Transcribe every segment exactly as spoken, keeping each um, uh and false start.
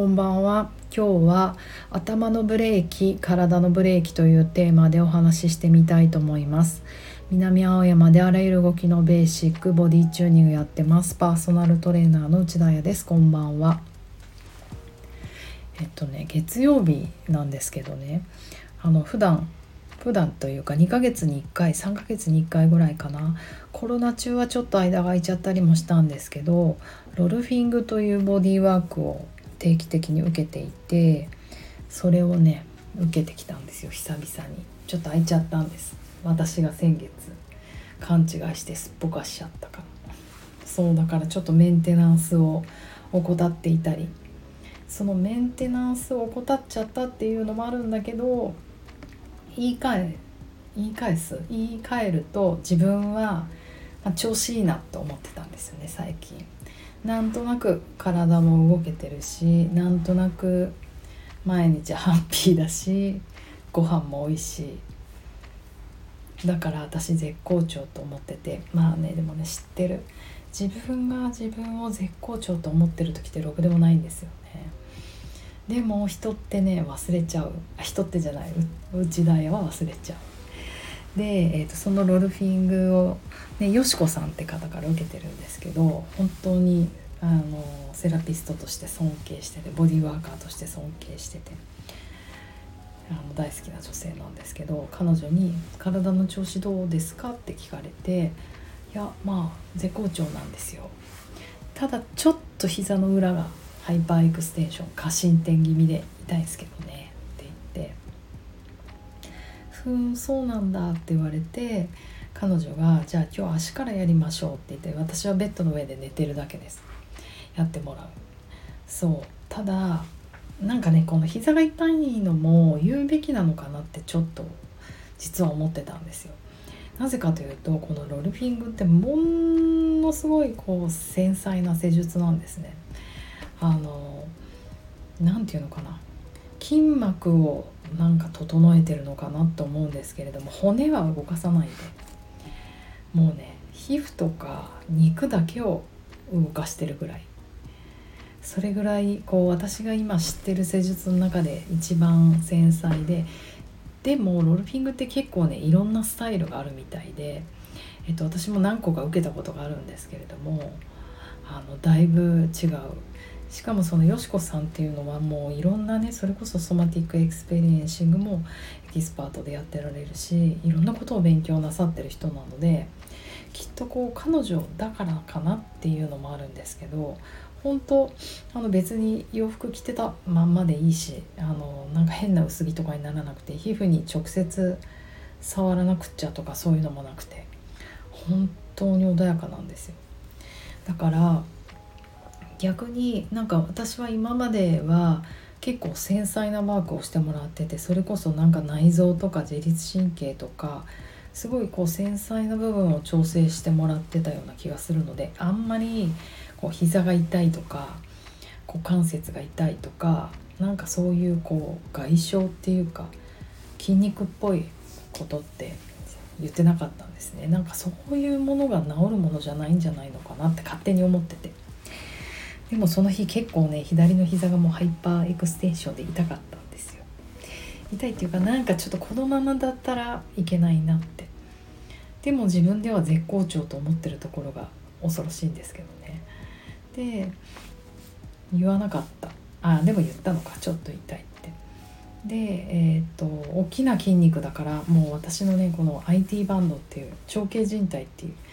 こんばんは。今日は頭のブレーキ、体のブレーキというテーマでお話ししてみたいと思います。南青山であらゆる動きのベーシックボディチューニングやってます。パーソナルトレーナーの内田彩です。こんばんは。えっとね月曜日なんですけどね、あの普段普段というかにかげつにいっかいさんかげつにいっかいぐらいかな、コロナ中はちょっと間が空いちゃったりもしたんですけど、ロルフィングというボディワークを定期的に受けていて、それをね受けてきたんですよ。久々にちょっと空いちゃったんです。私が先月勘違いしてすっぽかしちゃったから。そうだからちょっとメンテナンスを怠っていたり、そのメンテナンスを怠っちゃったっていうのもあるんだけど、言い換え言い返す言い換えると自分は、まあ、調子いいなと思ってたんですよね。最近なんとなく体も動けてるし、なんとなく毎日ハッピーだし、ご飯も美味しい。だから私絶好調と思ってて、まあねでもね知ってる、自分が自分を絶好調と思ってる時ってろくでもないんですよね。でも人ってね忘れちゃう。人ってじゃない、う内田彩は忘れちゃう。で、えー、とそのロルフィングを、ね、よしこさんって方から受けてるんですけど、本当にあのセラピストとして尊敬してて、ボディーワーカーとして尊敬してて、あの大好きな女性なんですけど、彼女に体の調子どうですかって聞かれて、いやまあ絶好調なんですよ、ただちょっと膝の裏がハイパーエクステンション過伸展気味で痛いんですけどねって言って、ふーんそうなんだって言われて、彼女がじゃあ今日足からやりましょうって言って、私はベッドの上で寝てるだけです。やってもらう。そうただなんかね、この膝が痛いのも言うべきなのかなってちょっと実は思ってたんですよ。なぜかというと、このロルフィングってものすごいこう繊細な施術なんですね。あのなんていうのかな、筋膜をなんか整えてるのかなと思うんですけれども、骨は動かさないで、もうね皮膚とか肉だけを動かしてるぐらい、それぐらいこう私が今知ってる施術の中で一番繊細で、でもロルフィングって結構ねいろんなスタイルがあるみたいで、えっと、私も何個か受けたことがあるんですけれども、あのだいぶ違う。しかもそのよしこさんっていうのはもういろんなね、それこそソマティックエクスペリエンシングもエキスパートでやってられるし、いろんなことを勉強なさってる人なので、きっとこう彼女だからかなっていうのもあるんですけど、本当あの別に洋服着てたまんまでいいし、あのなんか変な薄着とかにならなくて、皮膚に直接触らなくっちゃとかそういうのもなくて、本当に穏やかなんですよ。だから逆になんか私は今までは結構繊細なワークをしてもらってて、それこそなんか内臓とか自律神経とかすごいこう繊細な部分を調整してもらってたような気がするので、あんまりこう膝が痛いとか股関節が痛いとか、なんかそういうこう外傷っていうか筋肉っぽいことって言ってなかったんですね。なんかそういうものが治るものじゃないんじゃないのかなって勝手に思ってて、でもその日結構ね左の膝がもうハイパーエクステンションで痛かったんですよ。痛いっていうか、なんかちょっとこのままだったらいけないなって、でも自分では絶好調と思ってるところが恐ろしいんですけどね。で言わなかった。あでも言ったのか、ちょっと痛いって。でえー、っと大きな筋肉だから、もう私のねこの アイティー バンドっていう長径靭帯っていう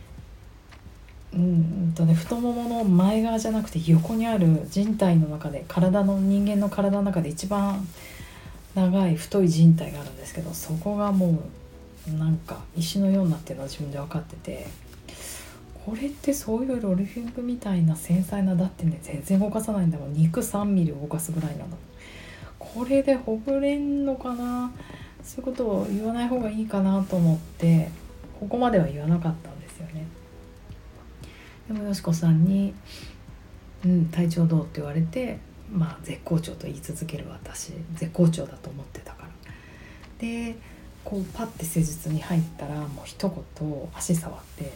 うんとね、太ももの前側じゃなくて横にある靭帯の中で、体の人間の体の中で一番長い太い靭帯があるんですけど、そこがもうなんか石のようになってるのは自分で分かってて、これってそういうロルフィングみたいな繊細な、だってね全然動かさないんだもん。肉さんミリ動かすぐらいなの。これでほぐれんのかな、そういうことを言わない方がいいかなと思って、ここまでは言わなかったんですよね。でもよしこさんに、うん、体調どうって言われて、まあ絶好調と言い続ける私、絶好調だと思ってたから。でこうパッて施術に入ったら、もう一言足触って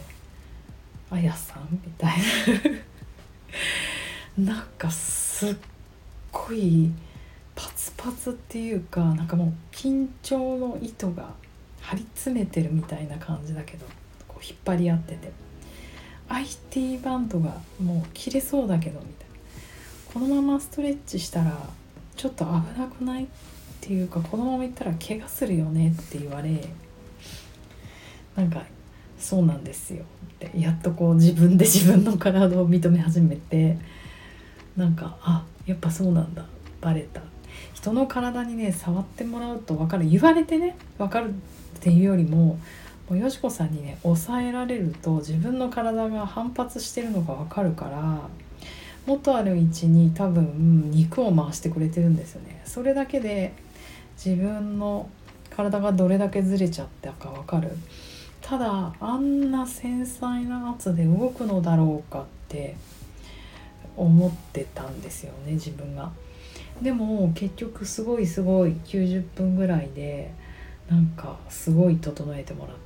「あやさん」みたいななんかすっごいパツパツっていうか、なんかもう緊張の糸が張り詰めてるみたいな感じだけど、こう引っ張り合ってて、 アイティー バンドがもう切れそうだけどみたいな、このままストレッチしたらちょっと危なくないっていうか、このままいったら怪我するよねって言われ、なんかそうなんですよってやっとこう自分で自分の体を認め始めて、なんかあやっぱそうなんだ、バレた。人の体にね触ってもらうと分かる、言われてね分かるっていうよりも、もうよしこさんにね抑えられると自分の体が反発してるのが分かるから、元ある位置に多分肉を回してくれてるんですよね。それだけで自分の体がどれだけずれちゃったか分かる。ただあんな繊細な圧で動くのだろうかって思ってたんですよね、自分が。でも結局すごいすごいきゅうじゅっぷんぐらいでなんかすごい整えてもらって、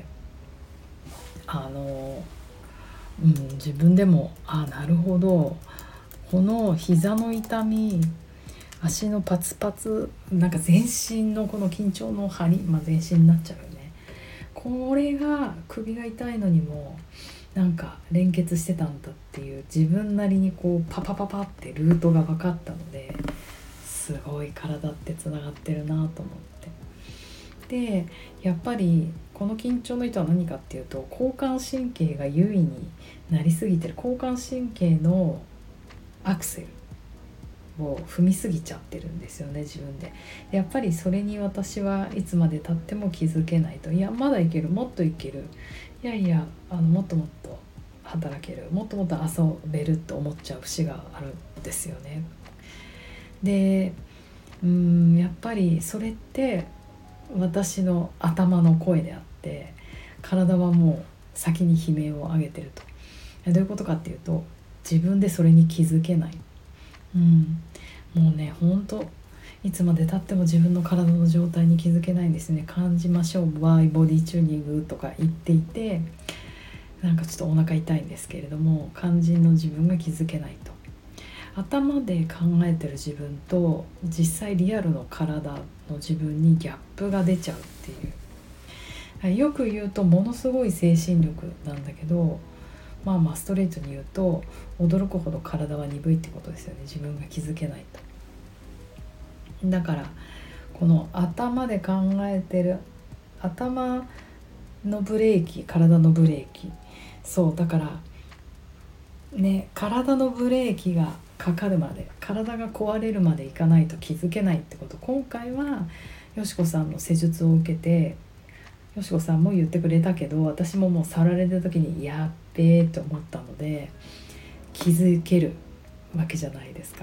あの、うん、自分でもあなるほど、この膝の痛み、足のパツパツ、なんか全身のこの緊張の張り、まあ全身になっちゃうよね。これが首が痛いのにもなんか連結してたんだっていう、自分なりにこうパパパパってルートが分かったので、すごい体ってつながってるなと思って。でやっぱりこの緊張の糸は何かっていうと、交感神経が優位になりすぎてる、交感神経のアクセルを踏みすぎちゃってるんですよね、自分で。やっぱりそれに私はいつまで経っても気づけないと、いやまだいける、もっといける、いやいやあのもっともっと働ける、もっともっと遊べると思っちゃう節があるんですよね。でうーんやっぱりそれって私の頭の声であって、体はもう先に悲鳴を上げてると。どういうことかっていうと、自分でそれに気づけない、うん、もうねほんといつまで経っても自分の体の状態に気づけないんですね。感じましょう、ワイボディチューニングとか言っていて、なんかちょっとお腹痛いんですけれども、肝心の自分が気づけないと。頭で考えてる自分と実際リアルの体の自分にギャップが出ちゃうっていう、よく言うとものすごい精神力なんだけど、まあまあストレートに言うと驚くほど体は鈍いってことですよね、自分が気づけないと。だからこの頭で考えてる頭のブレーキ、体のブレーキ、そうだからね、体のブレーキがかかるまで、体が壊れるまでいかないと気づけないってこと。今回はよしこさんの施術を受けて、よしこさんも言ってくれたけど、私ももう触られた時にやっべーと思ったので気づけるわけじゃないですか。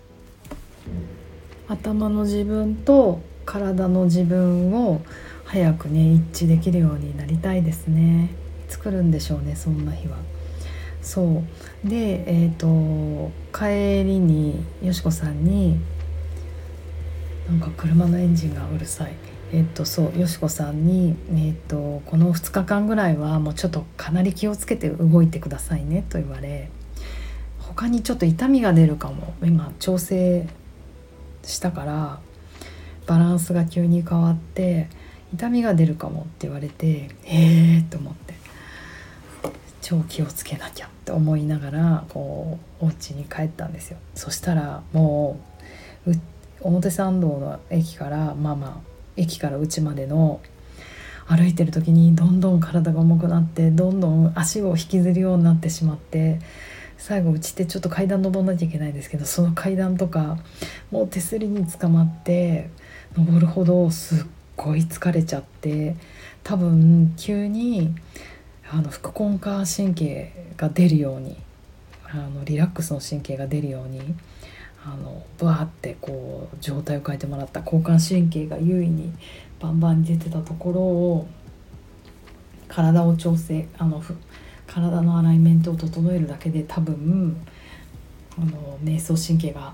頭の自分と体の自分を早くね一致できるようになりたいですね。作るんでしょうね、そんな日は。そうで、えーと帰りによしこさんに、なんか車のエンジンがうるさい、えっ、とそうよしこさんに、えっ、とこのふつかかんぐらいはもうちょっとかなり気をつけて動いてくださいねと言われ、他にちょっと痛みが出るかも、今調整したからバランスが急に変わって痛みが出るかもって言われて、へーと思って、超気をつけなきゃって思いながらこうお家に帰ったんですよ。そしたらもう表参道の駅からまあまあ駅から家までの歩いてる時にどんどん体が重くなって、どんどん足を引きずるようになってしまって、最後うちってちょっと階段登んなきゃいけないんですけど、その階段とかもう手すりに捕まって登るほどすっごい疲れちゃって、多分急にあの副交感神経が出るように、あのリラックスの神経が出るように、あのブワーってこう状態を変えてもらった。交感神経が優位にバンバンに出てたところを体を調整、あの体のアライメントを整えるだけで、多分あの瞑想神経が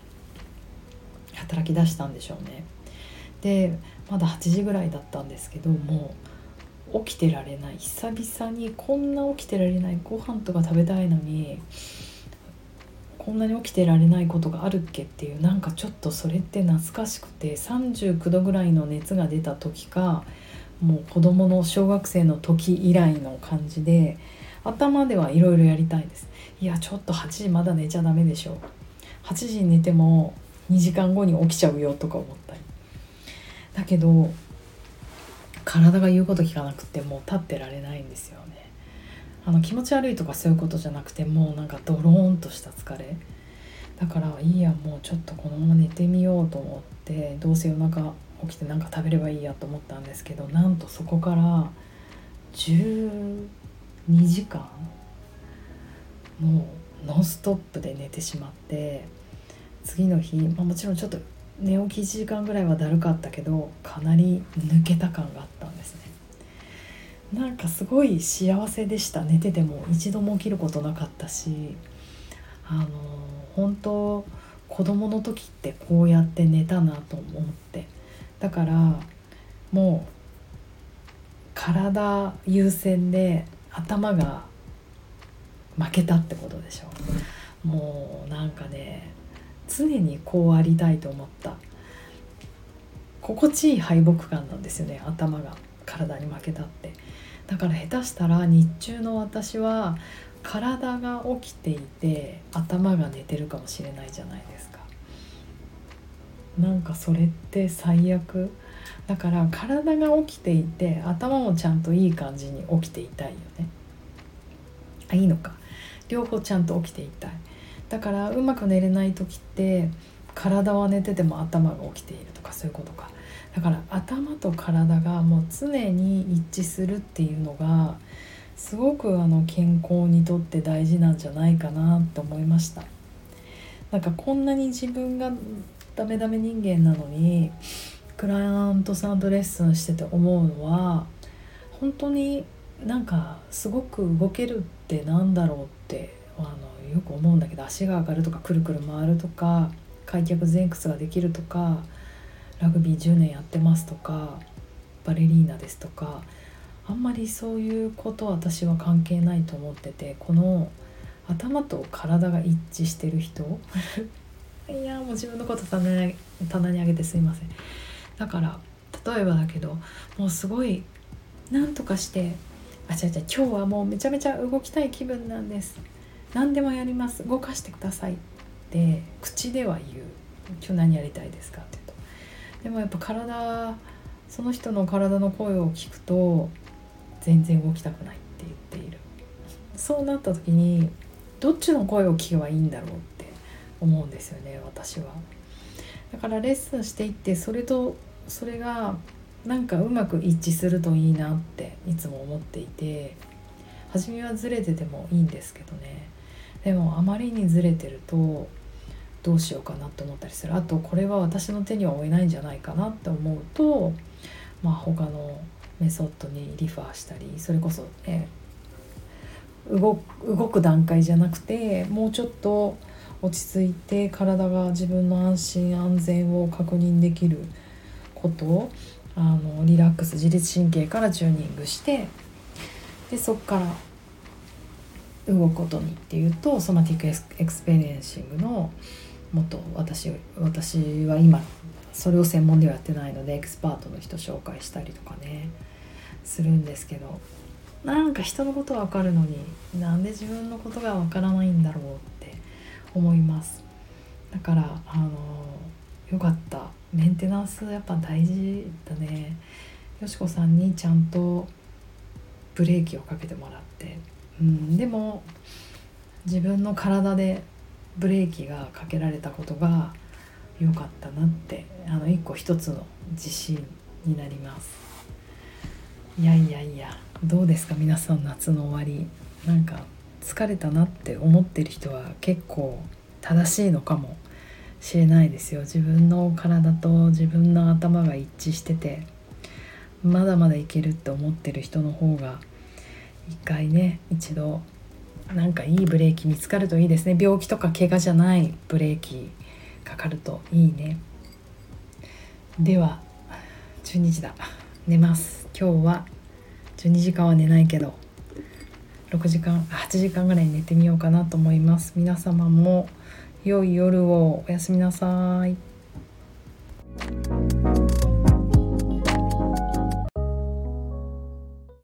働き出したんでしょうね。でまだはちじぐらいだったんですけど、もう起きてられない、久々にこんな起きてられない、ご飯とか食べたいのにこんなに起きてられないことがあるっけっていう、なんかちょっとそれって懐かしくて、さんじゅうきゅうどぐらいの熱が出た時か、もう子供の小学生の時以来の感じで、頭ではいろいろやりたいです。いやちょっとはちじまだ寝ちゃダメでしょ、はちじに寝てもにじかんごに起きちゃうよとか思ったり、だけど体が言うこと聞かなくてもう立ってられないんですよね。あの気持ち悪いとかそういうことじゃなくて、もうなんかドローンとした疲れだから、いいやもうちょっとこのまま寝てみようと思って、どうせ夜中起きてなんか食べればいいやと思ったんですけど、なんとそこからじゅうにじかんもうノンストップで寝てしまって、次の日、まあ、もちろんちょっと寝起きいちじかんぐらいはだるかったけど、かなり抜けた感があったんですね。なんかすごい幸せでした。寝てても一度も起きることなかったし、あの本当子供の時ってこうやって寝たなと思って、だからもう体優先で頭が負けたってことでしょ。もうなんかね、常にこうありたいと思った。心地いい敗北感なんですよね、頭が体に負けたって。だから下手したら日中の私は体が起きていて頭が寝てるかもしれないじゃないですか。なんかそれって最悪だから、体が起きていて頭もちゃんといい感じに起きていたいよね。あ、いいのか、両方ちゃんと起きていたい。だからうまく寝れない時って体は寝てても頭が起きているとか、そういうことか。だから頭と体がもう常に一致するっていうのがすごくあの健康にとって大事なんじゃないかなと思いました。なんかこんなに自分がダメダメ人間なのにクライアントさんとレッスンしてて思うのは、本当になんかすごく動けるってなんだろうってあのよく思うんだけど、足が上がるとかくるくる回るとか開脚前屈ができるとか、ラグビーじゅうねんやってますとか、バレリーナですとか、あんまりそういうことは私は関係ないと思ってて、この頭と体が一致してる人いやもう自分のこと棚に、棚に上げてすいません。だから例えばだけど、もうすごいなんとかして、あ違う違う今日はもうめちゃめちゃ動きたい気分なんです、何でもやります、動かしてくださいって口では言う。今日何やりたいですかって言うと、でもやっぱ体、その人の体の声を聞くと全然動きたくないって言っている。そうなった時にどっちの声を聞けばいいんだろうって思うんですよね、私は。だからレッスンしていって、それとそれがなんかうまく一致するといいなっていつも思っていて、初めはずれててもいいんですけどね。でもあまりにずれてるとどうしようかなと思ったりする。あとこれは私の手には負えないんじゃないかなって思うと、まあ他のメソッドにリファーしたり、それこそ、ね、動く、動く段階じゃなくてもうちょっと落ち着いて体が自分の安心安全を確認できることをあのリラックス、自律神経からチューニングして、でそこから動くことにっていうと、ソマティックエクスペリエンシングのもっと私私は今それを専門ではやってないのでエキスパートの人紹介したりとかねするんですけど、なんか人のことは分かるのになんで自分のことが分からないんだろうって思います。だからあのよかった、メンテナンスやっぱ大事だね。よしこさんにちゃんとブレーキをかけてもらって、うん、でも自分の体でブレーキがかけられたことが良かったなって、あの一個一つの自信になります。いやいやいや、どうですか皆さん、夏の終わりなんか疲れたなって思ってる人は結構正しいのかもしれないですよ。自分の体と自分の頭が一致しててまだまだいけるって思ってる人の方が一回ね、一度なんかいいブレーキ見つかるといいですね。病気とか怪我じゃないブレーキかかるといいね。ではじゅうにじだ、寝ます。今日はじゅうにじかんは寝ないけどろくじかんはちじかんぐらい寝てみようかなと思います。皆様も良い夜を。おやすみなさい。